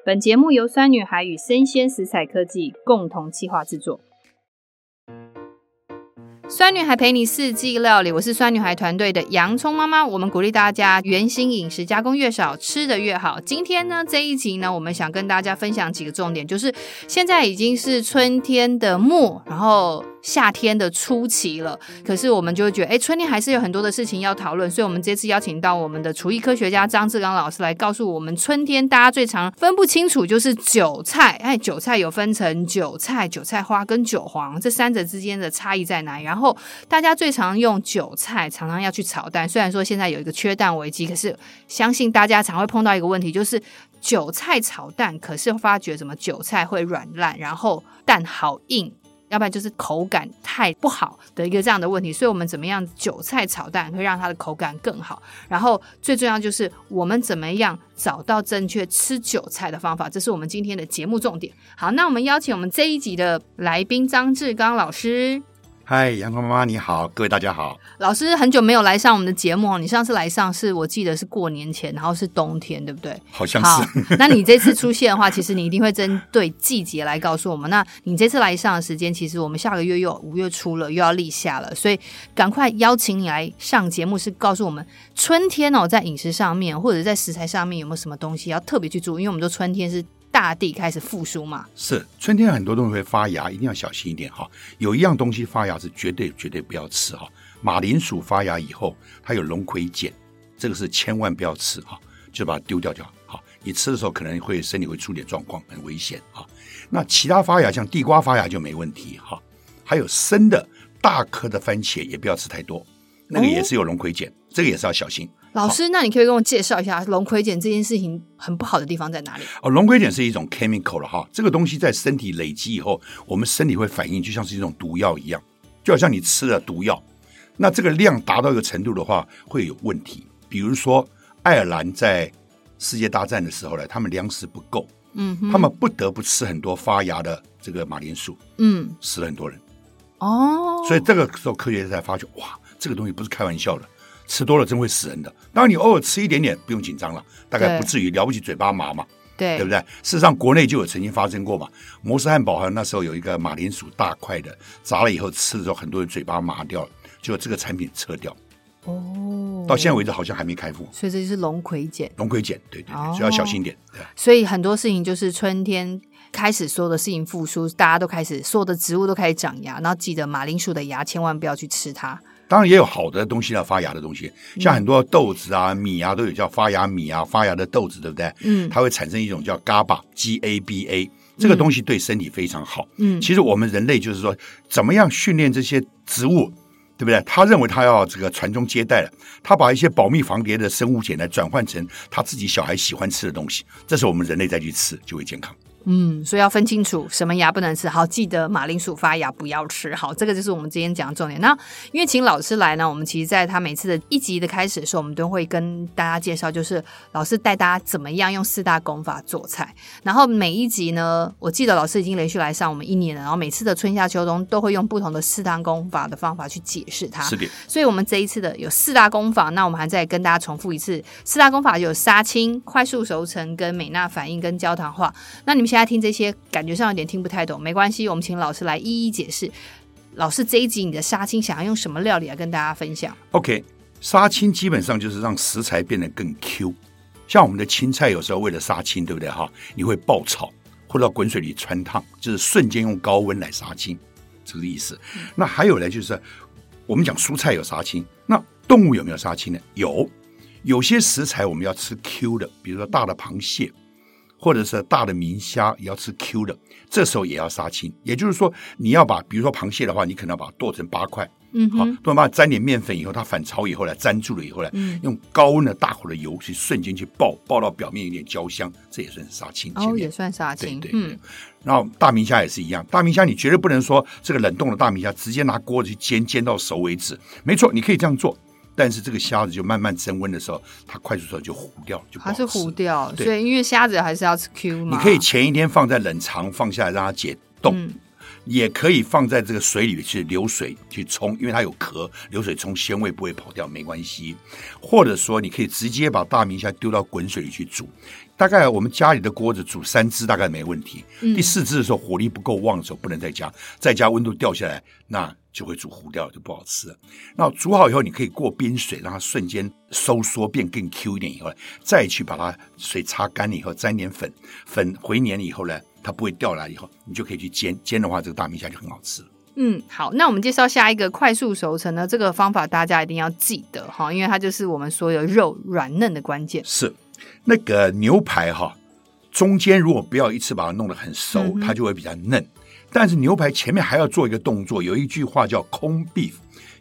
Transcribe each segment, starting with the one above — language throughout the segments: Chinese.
本节目由酸女孩与生鲜食材科技共同企划制作。酸女孩陪你四季料理，我是酸女孩团队的洋葱妈妈。我们鼓励大家原型饮食，加工越少，吃得越好。今天呢，这一集呢，我们想跟大家分享几个重点，就是现在已经是春天的末，然后夏天的初期了，可是我们就会觉得春天还是有很多的事情要讨论，所以我们这次邀请到我们的厨艺科学家张志刚老师来告诉我们，春天大家最常分不清楚就是韭菜。韭菜有分成韭菜、韭菜花跟韭黄，这三者之间的差异在哪里？然后大家最常用韭菜常常要去炒蛋，虽然说现在有一个缺蛋危机，可是相信大家常会碰到一个问题，就是韭菜炒蛋，可是发觉怎么韭菜会软烂，然后蛋好硬，要不然就是口感太不好的一个这样的问题，所以我们怎么样韭菜炒蛋会让它的口感更好，然后最重要就是我们怎么样找到正确吃韭菜的方法，这是我们今天的节目重点。好，那我们邀请我们这一集的来宾张志刚老师。 嗨，阳光妈妈你好，各位大家好。 老师很久没有来上我们的节目，你上次来上是我记得是过年前，然后是冬天，对不对？ 好像是。 那你这次出现的话，其实你一定会针对季节来告诉我们。那你这次来上的时间，其实我们下个月又5月初了，又要立夏了，所以赶快邀请你来上节目，是告诉我们春天在饮食上面或者在食材上面有没有什么东西要特别去注意，因为我们说春天是大地开始复苏嘛。 是，春天很多东西会发芽，一定要小心一点哈。有一样东西发芽是绝对不要吃哈。马铃薯发芽以后，它有龙葵碱，这个是千万不要吃哈，就把它丢掉就好。你吃的时候可能会身体会出点状况，很危险哈。那其他发芽像地瓜发芽就没问题哈。还有生的大颗的番茄也不要吃太多，那个也是有龙葵碱，这个也是要小心。 老师，那你可以跟我介绍一下龙葵碱这件事情很不好的地方在哪里？ 龙葵碱是一种 chemical 了哈，这个东西在身体累积以后，我们身体会反应，就像是一种毒药一样，就好像你吃了毒药，那这个量达到一个程度的话，会有问题。比如说，爱尔兰在世界大战的时候呢，他们粮食不够，他们不得不吃很多发芽的这个马铃薯，死了很多人。所以这个时候科学家才发觉，哇，这个东西不是开玩笑的。吃多了真会死人的，当然你偶尔吃一点点不用紧张了，大概不至于了不起嘴巴麻嘛，对不对？事实上国内就有曾经发生过嘛，摩斯汉堡好像那时候有一个马铃薯大块的，炸了以后吃的时候很多人嘴巴麻掉了，结果这个产品撤掉。到现在为止好像还没开封， 所以这就是龙葵碱。 对，所以要小心一点。 所以很多事情就是春天开始所有的事情复苏，大家都开始所有的植物都开始长芽，然后记得马铃薯的芽千万不要去吃它。 当然也有好的东西要发芽的东西，像很多豆子啊、米啊都有叫发芽米啊、发芽的豆子，对不对？它会产生一种叫 GABA， 这个东西对身体非常好。其实我们人类就是说，怎么样训练这些植物，对不对？他认为他要这个传宗接代了，他把一些保密防谍的生物碱来转换成他自己小孩喜欢吃的东西，这是我们人类再去吃就会健康。 所以要分清楚什么芽不能吃。好，记得马铃薯发芽不要吃。好，这个就是我们今天讲的重点。那因为请老师来呢，我们其实在他每次的一集的开始的时候，我们都会跟大家介绍，就是老师带大家怎么样用4大功法做菜。然后每一集呢，我记得老师已经连续来上我们1年了，然后每次的春夏秋冬都会用不同的4大功法的方法去解释它。 是的。 所以我们这一次的有4大功法，那我们还再跟大家重复一次。4大功法有杀青、快速熟成、跟美纳反应跟焦糖化。那你们现在听这些感觉上有点听不太懂，没关系，我们请老师来一一解释。老师，这一集你的杀青想要用什么料理来跟大家分享？ OK， 杀青基本上就是让食材变得更 Q， 像我们的青菜有时候为了杀青，对不对哈？你会爆炒或者到滚水里汆烫，就是瞬间用高温来杀青，这个意思。那还有呢，就是我们讲蔬菜有杀青，那动物有没有杀青呢？有些食材我们要吃 Q 的，比如说大的螃蟹或者是大的明虾也要吃 Q 的，这时候也要杀青。也就是说你要把比如说螃蟹的话，你可能要把它剁成8块，好，剁把它沾点面粉以后，它反潮以后来粘住了以后来，用高温的大火的油去瞬间去爆到表面有点焦香，这也算是杀青。 也算杀青。 对。然后大明虾也是一样，大明虾你绝对不能说这个冷冻的大明虾直接拿锅子去煎到熟为止，没错，你可以这样做。但是这个虾子就慢慢升温的时候，它快速时候就糊掉，就不好吃。 它是糊掉，所以因为虾子还是要吃 Q 嘛。 你可以前一天放在冷藏放下来让它解冻， 也可以放在这个水里去流水去冲，因为它有壳，流水冲鲜味不会跑掉，没关系。或者说你可以直接把大明虾丢到滚水里去煮，大概我们家里的锅子煮3只大概没问题，第4只的时候火力不够旺的时候不能再加，再加温度掉下来，那就会煮糊掉，就不好吃了。那煮好以后你可以过冰水，让它瞬间收缩变更 Q 一点以后，再去把它水擦干了以后沾点粉回黏了以后呢，它不会掉来以后你就可以去煎的话，这个大明虾就很好吃了。 好，那我们介绍下一个快速熟成呢，这个方法大家一定要记得哈，因为它就是我们所有肉软嫩的关键。 是那个牛排哈，中间如果不要一次把它弄得很熟，它就会比较嫩。但是牛排前面还要做一个动作，有一句话叫控 beef，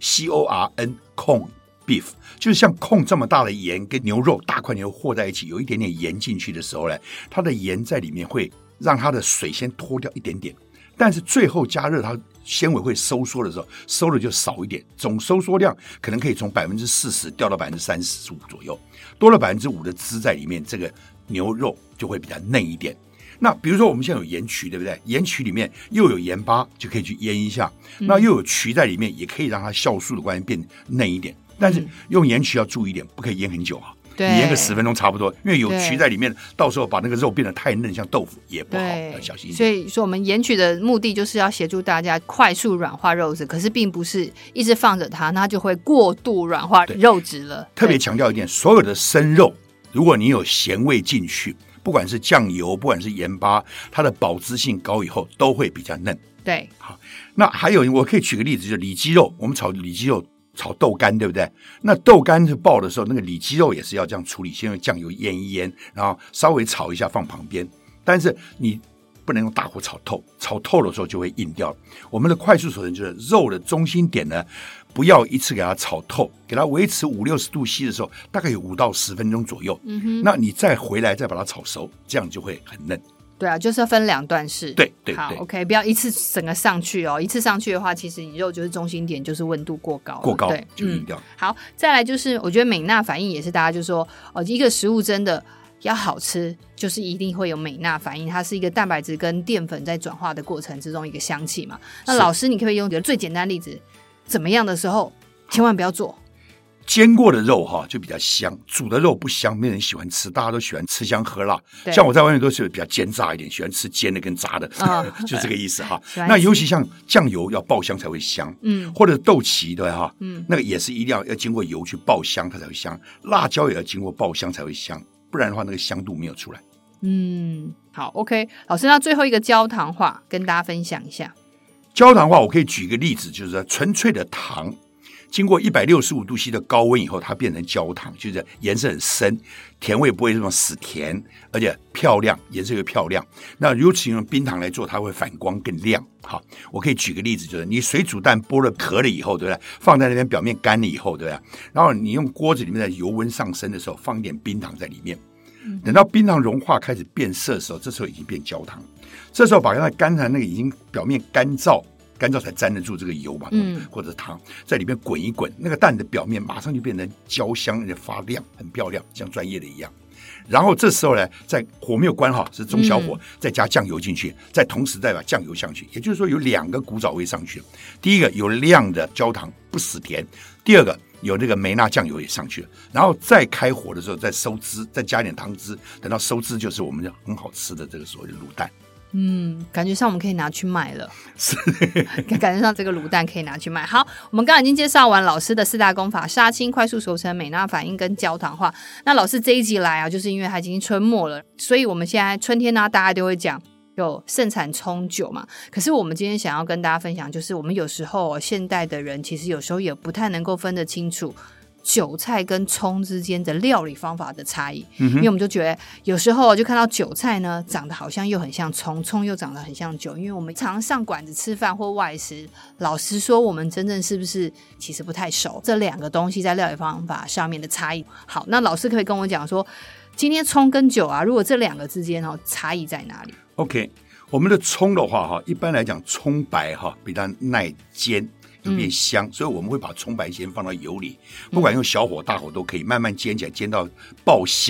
CORN 控 beef， 就是像控这么大的盐跟牛肉大块牛肉和在一起，有一点点盐进去的时候呢，它的盐在里面会让它的水先脱掉一点点，但是最后加热它纤维会收缩的时候，收的就少一点，总收缩量可能可以从 40% 掉到 35% 左右，多了 5% 的汁在里面，这个牛肉就会比较嫩一点。那比如说我们现在有盐曲，对不对？盐曲里面又有盐巴，就可以去腌一下，那又有曲在里面，也可以让它酵素的关系变嫩一点。但是用盐曲要注意一点，不可以腌很久啊，你腌个10分钟差不多，因为有曲在里面，到时候把那个肉变得太嫩，像豆腐也不好，要小心一点。 所以说我们盐曲的目的就是要协助大家快速软化肉质，可是并不是一直放着它，那就会过度软化肉质了。 特别强调一点，所有的生肉，如果你有咸味进去，不管是酱油，不管是盐巴，它的保质性高以后都会比较嫩。 对， 好，那还有我可以举个例子，就是里脊肉，我们炒里脊肉炒豆干，对不对？那豆干是爆的时候，那个里脊肉也是要这样处理，先用酱油腌一腌，然后稍微炒一下放旁边。但是你不能用大火炒透，炒透的时候就会硬掉。我们的快速熟成就是肉的中心点呢，不要一次给它炒透，给它维持50-60度 C 的时候，大概有5到10分钟左右。那你再回来再把它炒熟，这样就会很嫩。 对啊，就是要分2段式。 对， 好 OK， 不要一次整个上去哦。一次上去的话，其实你肉就是中心点，就是温度过高， 对，就硬掉。 好，再来就是我觉得美纳反应也是大家就说一个食物真的要好吃，就是一定会有美纳反应，它是一个蛋白质跟淀粉在转化的过程之中一个香气嘛。那老师，你可不可以用一个最简单的例子，怎么样的时候千万不要做？ 煎过的肉哈就比较香，煮的肉不香，没人喜欢吃，大家都喜欢吃香喝辣。像我在外面都是比较煎炸一点，喜欢吃煎的跟炸的，就这个意思哈。那尤其像酱油要爆香才会香，或者豆豉对哈，那个也是一定要经过油去爆香它才会香，辣椒也要经过爆香才会香，不然的话那个香度没有出来。 好 OK， 老师，那最后一个焦糖化跟大家分享一下。 焦糖化我可以举一个例子，就是说纯粹的糖经过165度 C 的高温以后，它变成焦糖，就是颜色很深，甜味不会这么死甜，而且漂亮，颜色又漂亮。那如此用冰糖来做，它会反光更亮。好，我可以举个例子，就是你水煮蛋剥了壳了以后，对不对？放在那边表面干了以后，对不对？然后你用锅子里面的油温上升的时候，放一点冰糖在里面。等到冰糖融化开始变色的时候，这时候已经变焦糖。这时候把它干成那个已经表面干燥才粘得住这个油嘛，或者糖在里面滚一滚，那个蛋的表面马上就变成焦香，而且发亮，很漂亮，像专业的一样。然后这时候呢，在火没有关好，是中小火，再加酱油进去，再同时再把酱油上去，也就是说有2个古早味上去了。第一个有亮的焦糖，不死甜；第二个有那个梅纳酱油也上去了。然后再开火的时候再收汁，再加点汤汁，等到收汁就是我们很好吃的这个所谓的卤蛋。 感觉上我们可以拿去卖了，是感觉上这个卤蛋可以拿去卖。好，我们刚刚已经介绍完老师的4大功法：杀青、快速熟成、美纳反应跟焦糖化。那老师这一集来就是因为它已经春末了，所以我们现在春天呢，大家都会讲有盛产葱酒嘛。可是我们今天想要跟大家分享，就是我们有时候现代的人其实有时候也不太能够分得清楚韭菜跟葱之间的料理方法的差异，因为我们就觉得有时候就看到韭菜呢长得好像又很像葱，葱又长得很像酒，因为我们常上馆子吃饭或外食，老实说我们真正是不是其实不太熟这2个东西在料理方法上面的差异。好，那老师可以跟我讲说，今天葱跟酒如果这2个之间差异在哪里？ OK， 我们的葱的话一般来讲葱白比较耐煎，有变香，所以我们会把葱白先放到油里，不管用小火大火都可以，慢慢煎起来，煎到爆香了，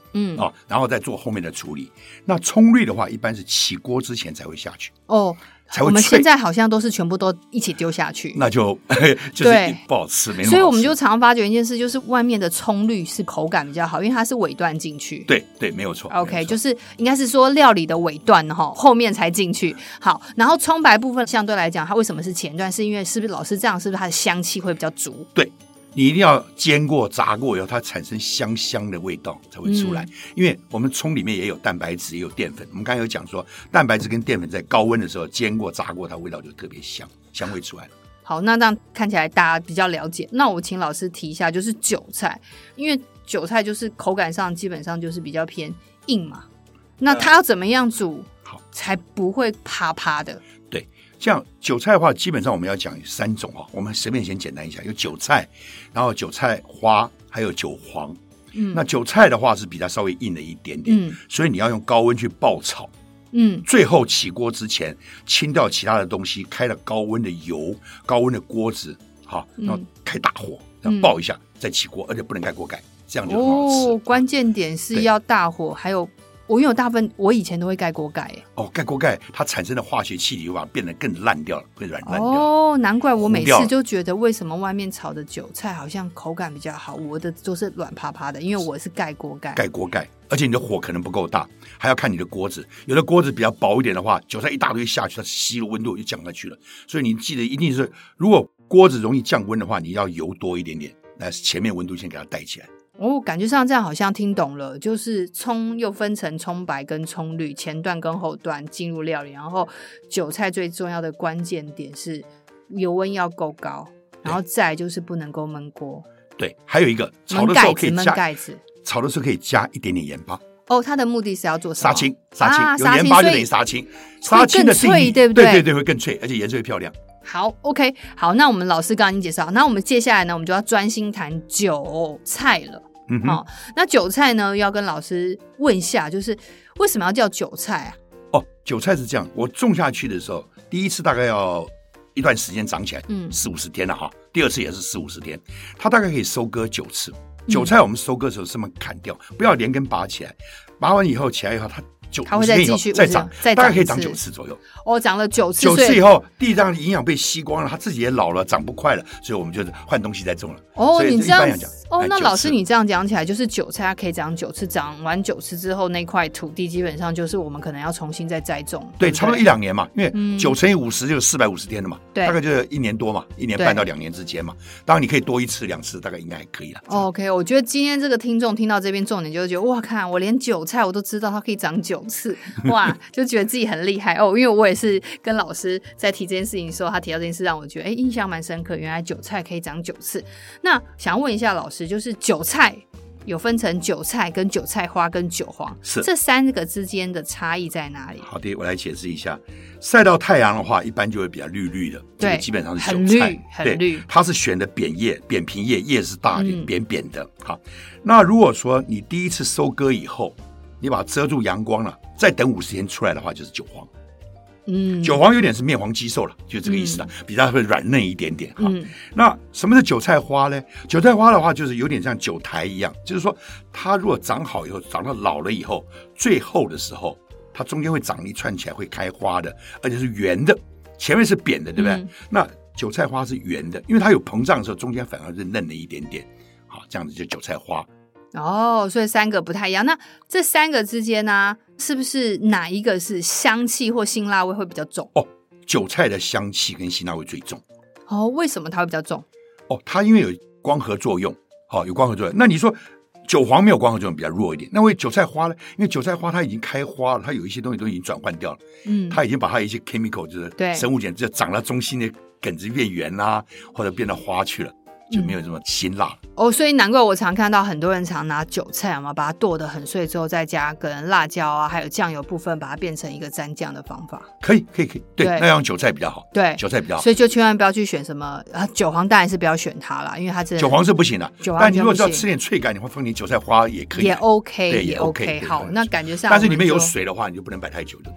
然后再做后面的处理。那葱绿的话，一般是起锅之前才会下去哦。 才会脆。 我们现在好像都是全部都一起丢下去， 那就是不好吃，没那么好吃。 所以我们就常发觉一件事，就是外面的葱绿是口感比较好，因为它是尾段进去。 对对，没有错。 OK， 就是应该是说料理的尾段后面才进去。好，然后葱白部分相对来讲，它为什么是前段？是因为是不是老师这样，是不是它的香气会比较足？ 对。你一定要煎过炸过以后，它产生香香的味道才会出来。因为我们葱里面也有蛋白质也有淀粉，我们刚才有讲说蛋白质跟淀粉在高温的时候煎过炸过，它味道就特别香，香味出来了。 好，那这样看起来大家比较了解。那我请老师提一下，就是韭菜，因为韭菜就是口感上基本上就是比较偏硬嘛，那它要怎么样煮才不会啪啪的？ 对，像韭菜的话，基本上我们要讲3种哈，我们随便先简单一下，有韭菜，然后韭菜花，还有韭黄。那韭菜的话是比较稍微硬了一点点，所以你要用高温去爆炒。最后起锅之前清掉其他的东西，开了高温的油，高温的锅子，好，然后开大火，然后爆一下，再起锅，而且不能盖锅盖，这样就很好吃。 关键点是要大火，还有因为我大部分我以前都会盖锅盖。 盖锅盖它产生的化学气体会变得更烂掉了，会软烂掉。 难怪我每次就觉得为什么外面炒的韭菜好像口感比较好，我的都是软趴趴的，因为我是盖锅盖。 盖锅盖，而且你的火可能不够大，还要看你的锅子。有的锅子比较薄一点的话，韭菜一大堆下去，它吸了温度就降下去了。所以你记得一定是，如果锅子容易降温的话，你要油多一点点，那前面温度先给它带起来。 感觉上这样好像听懂了，就是葱又分成葱白跟葱绿，前段跟后段进入料理，然后韭菜最重要的关键点是油温要够高，然后再来就是不能够焖锅。 对，还有一个炒的时候可以加盖子， 炒的时候可以加一点点盐巴。 它的目的是要做什么？ 杀青，有盐巴就等于杀青，杀青的定义， 对不对？ 对，会更脆，而且颜色会漂亮。 好 ，OK， 好，那我们老师刚刚已经介绍，那我们接下来呢，我们就要专心谈韭菜了。那韭菜呢，要跟老师问一下，就是为什么要叫韭菜啊？ 韭菜是这样，我种下去的时候，第一次大概要一段时间长起来，40-50天了哈。第二次也是40-50天，它大概可以收割9次。韭菜我们收割的时候是这么砍掉，不要连根拔起来，拔完以后起来以后它会再继续再长，大概可以长9次左右。 长了9次 ，9次以后地上的营养被吸光了，它自己也老了，长不快了，所以我们就换东西再种了。 你这样那老师你这样讲起来，就是韭菜它可以长9次，长完9次之后，那块土地基本上就是我们可能要重新再栽种。 对，差不多1-2年嘛，因为9乘以50就是450天了嘛， 对， 大概就是1年多嘛，1年半到2年之间嘛。当然你可以多1次2次，大概应该还可以了。 OK， 我觉得今天这个听众听到这边重点就是觉得哇，看我连韭菜我都知道它可以长9次。哇，就觉得自己很厉害因为我也是跟老师在提这件事情的时候，他提到这件事让我觉得印象蛮深刻，原来韭菜可以长9次。那想问一下老师，就是韭菜有分成韭菜跟韭菜花跟韭黄，是这3个之间的差异在哪里？ 好的，我来解释一下。晒到太阳的话，一般就会比较绿绿的， 对， 基本上是韭菜， 很绿。 它是选的扁叶、扁平叶，叶是大的、扁扁的。好，那如果说你第一次收割以后，你把它遮住阳光了，再等50天出来的话，就是韭黄。韭黄有点是面黄肌瘦了，就这个意思了，比它会软嫩一点点。那什么是韭菜花呢？韭菜花的话，就是有点像韭苔一样，就是说它如果长好以后，长到老了以后，最后的时候，它中间会长一串起来，会开花的，而且是圆的，前面是扁的，对不对？那韭菜花是圆的，因为它有膨胀的时候，中间反而是嫩了一点点。好，这样子就韭菜花。 所以3个不太一样。那这3个之间呢，是不是哪一个是香气或辛辣味会比较重？ 韭菜的香气跟辛辣味最重。 为什么它会比较重？ 它因为有光合作用，有光合作用。那你说韭黄没有光合作用，比较弱一点。那为韭菜花呢？因为韭菜花它已经开花了，它有一些东西都已经转换掉了。它已经把它一些 chemical 就是生物碱，就长了中心的梗子变圆啦，或者变到花去了。就没有这么辛辣所以难怪我常看到很多人常拿韭菜嘛，把它剁得很碎之后，再加可能辣椒啊，还有酱油部分，把它变成一个蘸酱的方法。 可以，对，那用韭菜比较好。 对， 韭菜比较好， 所以就千万不要去选什么韭黄，当然是不要选它啦，因为它真的韭黄是不行的。但你如果要吃点脆感，你会放点韭菜花也可以， 也 OK， 对，也 OK。 好，那感觉上， 但是里面有水的话，你就不能摆太久，就对了。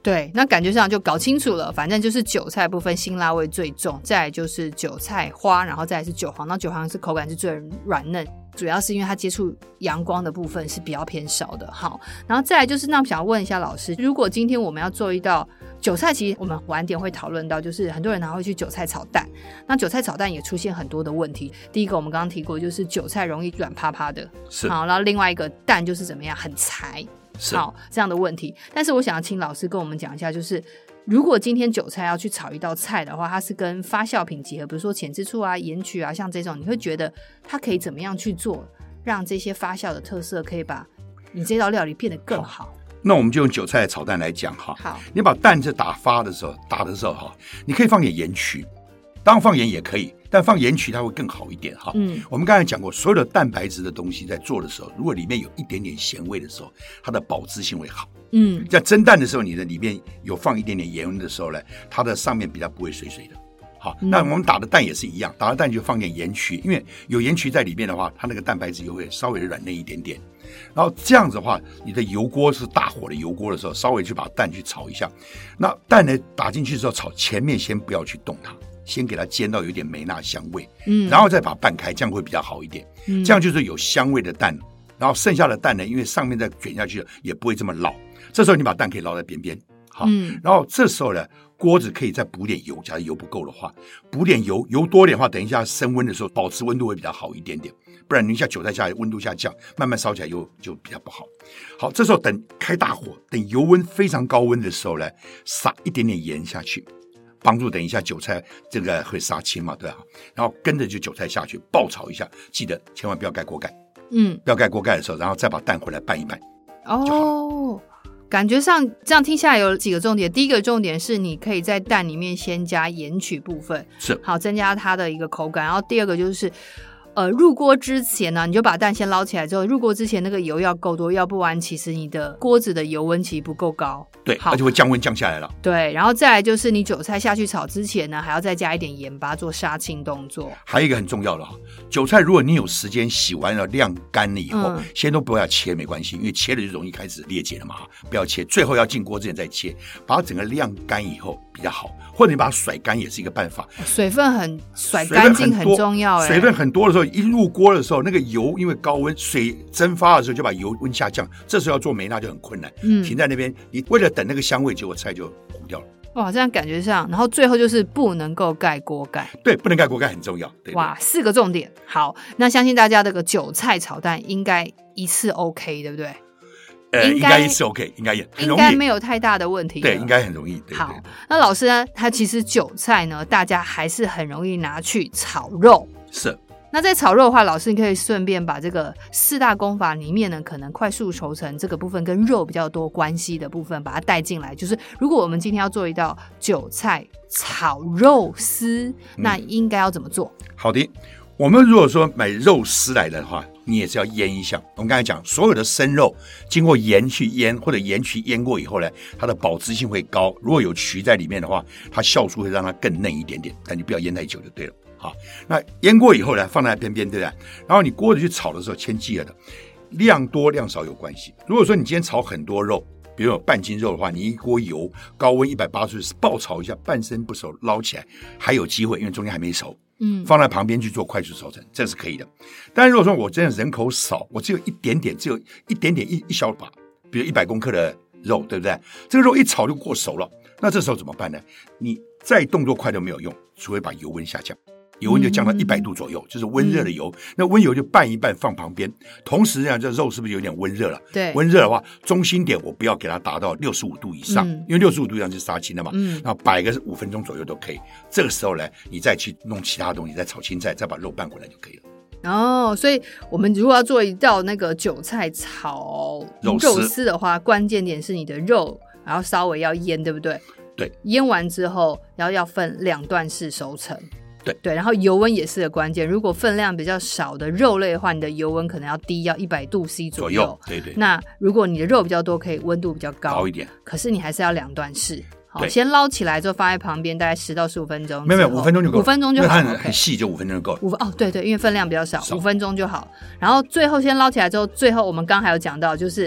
对，那感觉上就搞清楚了，反正就是韭菜部分辛辣味最重，再来就是韭菜花，然后再来是韭黄，那韭黄是口感是最软嫩，主要是因为它接触阳光的部分是比较偏少的。好，然后再来就是那我想问一下老师，如果今天我们要做一道韭菜，其实我们晚点会讨论到，就是很多人还会去韭菜炒蛋，那韭菜炒蛋也出现很多的问题。第一个我们刚刚提过，就是韭菜容易软趴趴的， 是好，然后另外一个蛋就是怎么样很柴，好，这样的问题。但是我想要请老师跟我们讲一下，就是如果今天韭菜要去炒一道菜的话，它是跟发酵品结合，比如说浅汁醋啊、盐曲啊，像这种，你会觉得它可以怎么样去做，让这些发酵的特色可以把你这道料理变得更好？ 那我们就用韭菜炒蛋来讲哈。 好， 你把蛋这打的时候哈，你可以放点盐曲，当然放盐也可以，但放盐曲它会更好一点哈。我们刚才讲过，所有的蛋白质的东西在做的时候，如果里面有一点点咸味的时候，它的保质性会好。在蒸蛋的时候，你的里面有放一点点盐的时候呢，它的上面比较不会水水的。好，那我们打的蛋也是一样，打的蛋就放点盐曲，因为有盐曲在里面的话，它那个蛋白质又会稍微软嫩一点点。然后这样子的话，你的油锅是大火的油锅的时候，稍微去把蛋去炒一下。那蛋呢打进去之后炒，前面先不要去动它，先给它煎到有点梅纳香味，然后再把它拌开，这样会比较好一点。这样就是有香味的蛋，然后剩下的蛋呢，因为上面再卷下去也不会这么老。这时候你把蛋可以捞在边边，好，然后这时候呢，锅子可以再补点油，假如油不够的话，补点油，油多点的话，等一下升温的时候保持温度会比较好一点点，不然你一下韭菜下来温度下降，慢慢烧起来就比较不好。好，这时候等开大火，等油温非常高温的时候呢，撒一点点盐下去，帮助等一下韭菜这个会杀青嘛，对吧？然后跟着就韭菜下去爆炒一下，记得千万不要盖锅盖，不要盖锅盖的时候，然后再把蛋回来拌一拌。哦， 感觉上这样听下来有几个重点。第一个重点是你可以在蛋里面先加盐曲部分， 是好增加它的一个口感。然后第二个就是入锅之前呢，你就把蛋先捞起来之后，入锅之前那个油要够多，要不然其实你的锅子的油温其实不够高， 对，它就会降温降下来了。 对，然后再来就是你韭菜下去炒之前呢，还要再加一点盐巴做杀青动作。 还有一个很重要的，韭菜如果你有时间洗完了晾干了以后，先都不要切没关系，因为切了就容易开始裂解了嘛，不要切，最后要进锅之前再切，把它整个晾干以后比较好，或者你把它甩干也是一个办法。 水分甩干净很重要， 水分很多的时候，一入锅的时候，那个油因为高温，水蒸发的时候就把油温下降，这时候要做梅纳就很困难。停在那边，你为了等那个香味，结果菜就糊掉了。 哇，这样感觉上，然后最后就是不能够盖锅盖。 对，不能盖锅盖很重要。对， 哇，4个重点。好，那相信大家这个韭菜炒蛋应该一次 OK， 对不对？ 应该一次 OK， 应该也很容易， 应该没有太大的问题。 对，应该很容易。对， 好，那老师呢？他其实韭菜呢，大家还是很容易拿去炒肉。 是。 那在炒肉的话，老师你可以顺便把这个4大功法里面呢，可能快速熟成这个部分跟肉比较多关系的部分，把它带进来。就是如果我们今天要做一道韭菜炒肉丝，那应该要怎么做？ 好的，我们如果说买肉丝来的话，你也是要腌一下。我们刚才讲，所有的生肉经过盐去腌，或者盐去腌过以后呢，它的保质性会高。如果有曲在里面的话，它酵素会让它更嫩一点点，但你不要腌太久就对了。好，那腌过以后呢，放在边边，对不对？然后你锅子去炒的时候，先记得的，量多量少有关系。如果说你今天炒很多肉，比如有半斤肉的话，你一锅油，高温180爆炒一下，半生不熟捞起来还有机会，因为中间还没熟。放在旁边去做快速熟成，这是可以的。但是如果说我真的人口少，我只有一点点一小把，比如100公克的肉，对不对？这个肉一炒就过熟了，那这时候怎么办呢？你再动作快都没有用，除非把油温下降。油温就降到100度左右，就是温热的油。那温油就拌一拌放旁边，同时这样这肉是不是有点温热了？ 对， 温热的话，中心点我不要给它达到65度以上，因为65度以上就杀青了嘛。然后摆个5分钟左右都可以。这个时候呢，你再去弄其他东西，再炒青菜，再把肉拌回来就可以了。 哦，所以我们如果要做一道那个韭菜炒肉丝的话，关键点是你的肉，然后稍微要腌，对不对？ 对， 腌完之后，然后要分2段式熟成。 对， 然后油温也是个关键。如果分量比较少的肉类的话，你的油温可能要低，要100度 C 左右。 对。 那如果你的肉比较多，可以温度比较高一点。 可是你还是要2段式。好，先捞起来之后放在旁边，大概10到15分钟。 没有5分钟就够了。 5分钟就好。 因为它很细，就5分钟就够了。 哦，对，因为分量比较少，5分钟就好。然后最后先捞起来之后，最后我们刚还有讲到，就是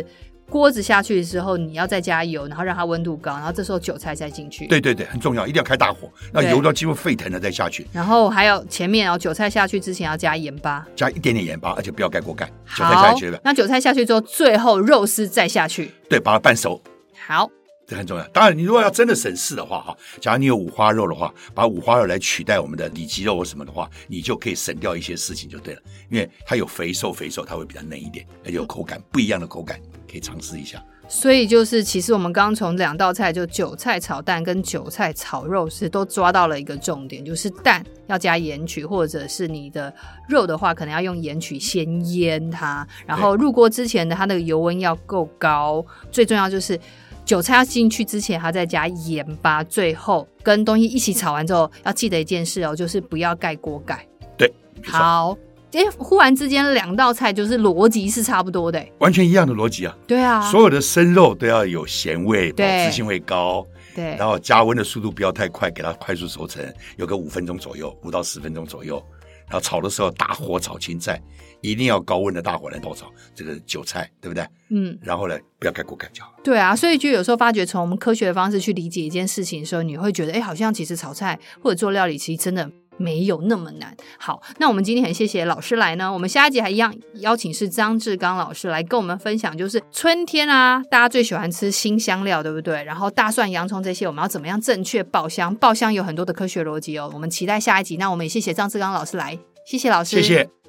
锅子下去的时候你要再加油，然后让它温度高，然后这时候韭菜再进去。 对对对，很重要，一定要开大火，让油到几乎沸腾了再下去。 然后还有前面韭菜下去之前要加盐巴， 加一点点盐巴，而且不要盖锅盖。韭菜下去了， 那韭菜下去之后，最后肉丝再下去， 对，把它拌熟。 好。 这很重要。当然，你如果要真的省事的话，假如你有五花肉的话，把五花肉来取代我们的里脊肉或什么的话，你就可以省掉一些事情就对了。因为它有肥瘦，它会比较嫩一点，而且有口感，不一样的口感，可以尝试一下。 所以就是其实我们刚刚从2道菜，就韭菜炒蛋跟韭菜炒肉丝都抓到了一个重点，就是蛋要加盐曲，或者是你的肉的话可能要用盐曲先腌它，然后入锅之前的它的油温要够高，最重要就是韭菜要进去之前还再加盐巴，最后跟东西一起炒完之后要记得一件事就是不要盖锅盖。 对， 好，忽然之间2道菜就是逻辑是差不多的， 完全一样的逻辑啊。 对啊， 所有的生肉都要有咸味，保质性会高， 对， 然后加温的速度不要太快，给它快速熟成，有个5分钟左右，5到10分钟左右。然后炒的时候大火炒青菜，一定要高温的大火来爆炒这个韭菜，对不对？然后呢不要盖锅盖就好。 对啊，所以就有时候发觉从我们科学的方式去理解一件事情的时候，你会觉得好像其实炒菜或者做料理其实真的没有那么难。好，那我们今天很谢谢老师来呢，我们下一集还一样邀请是张志刚老师来跟我们分享，就是春天啊大家最喜欢吃辛香料，对不对？然后大蒜洋葱这些我们要怎么样正确爆香，爆香有很多的科学逻辑我们期待下一集。那我们也谢谢张志刚老师来，谢谢老师。 谢谢。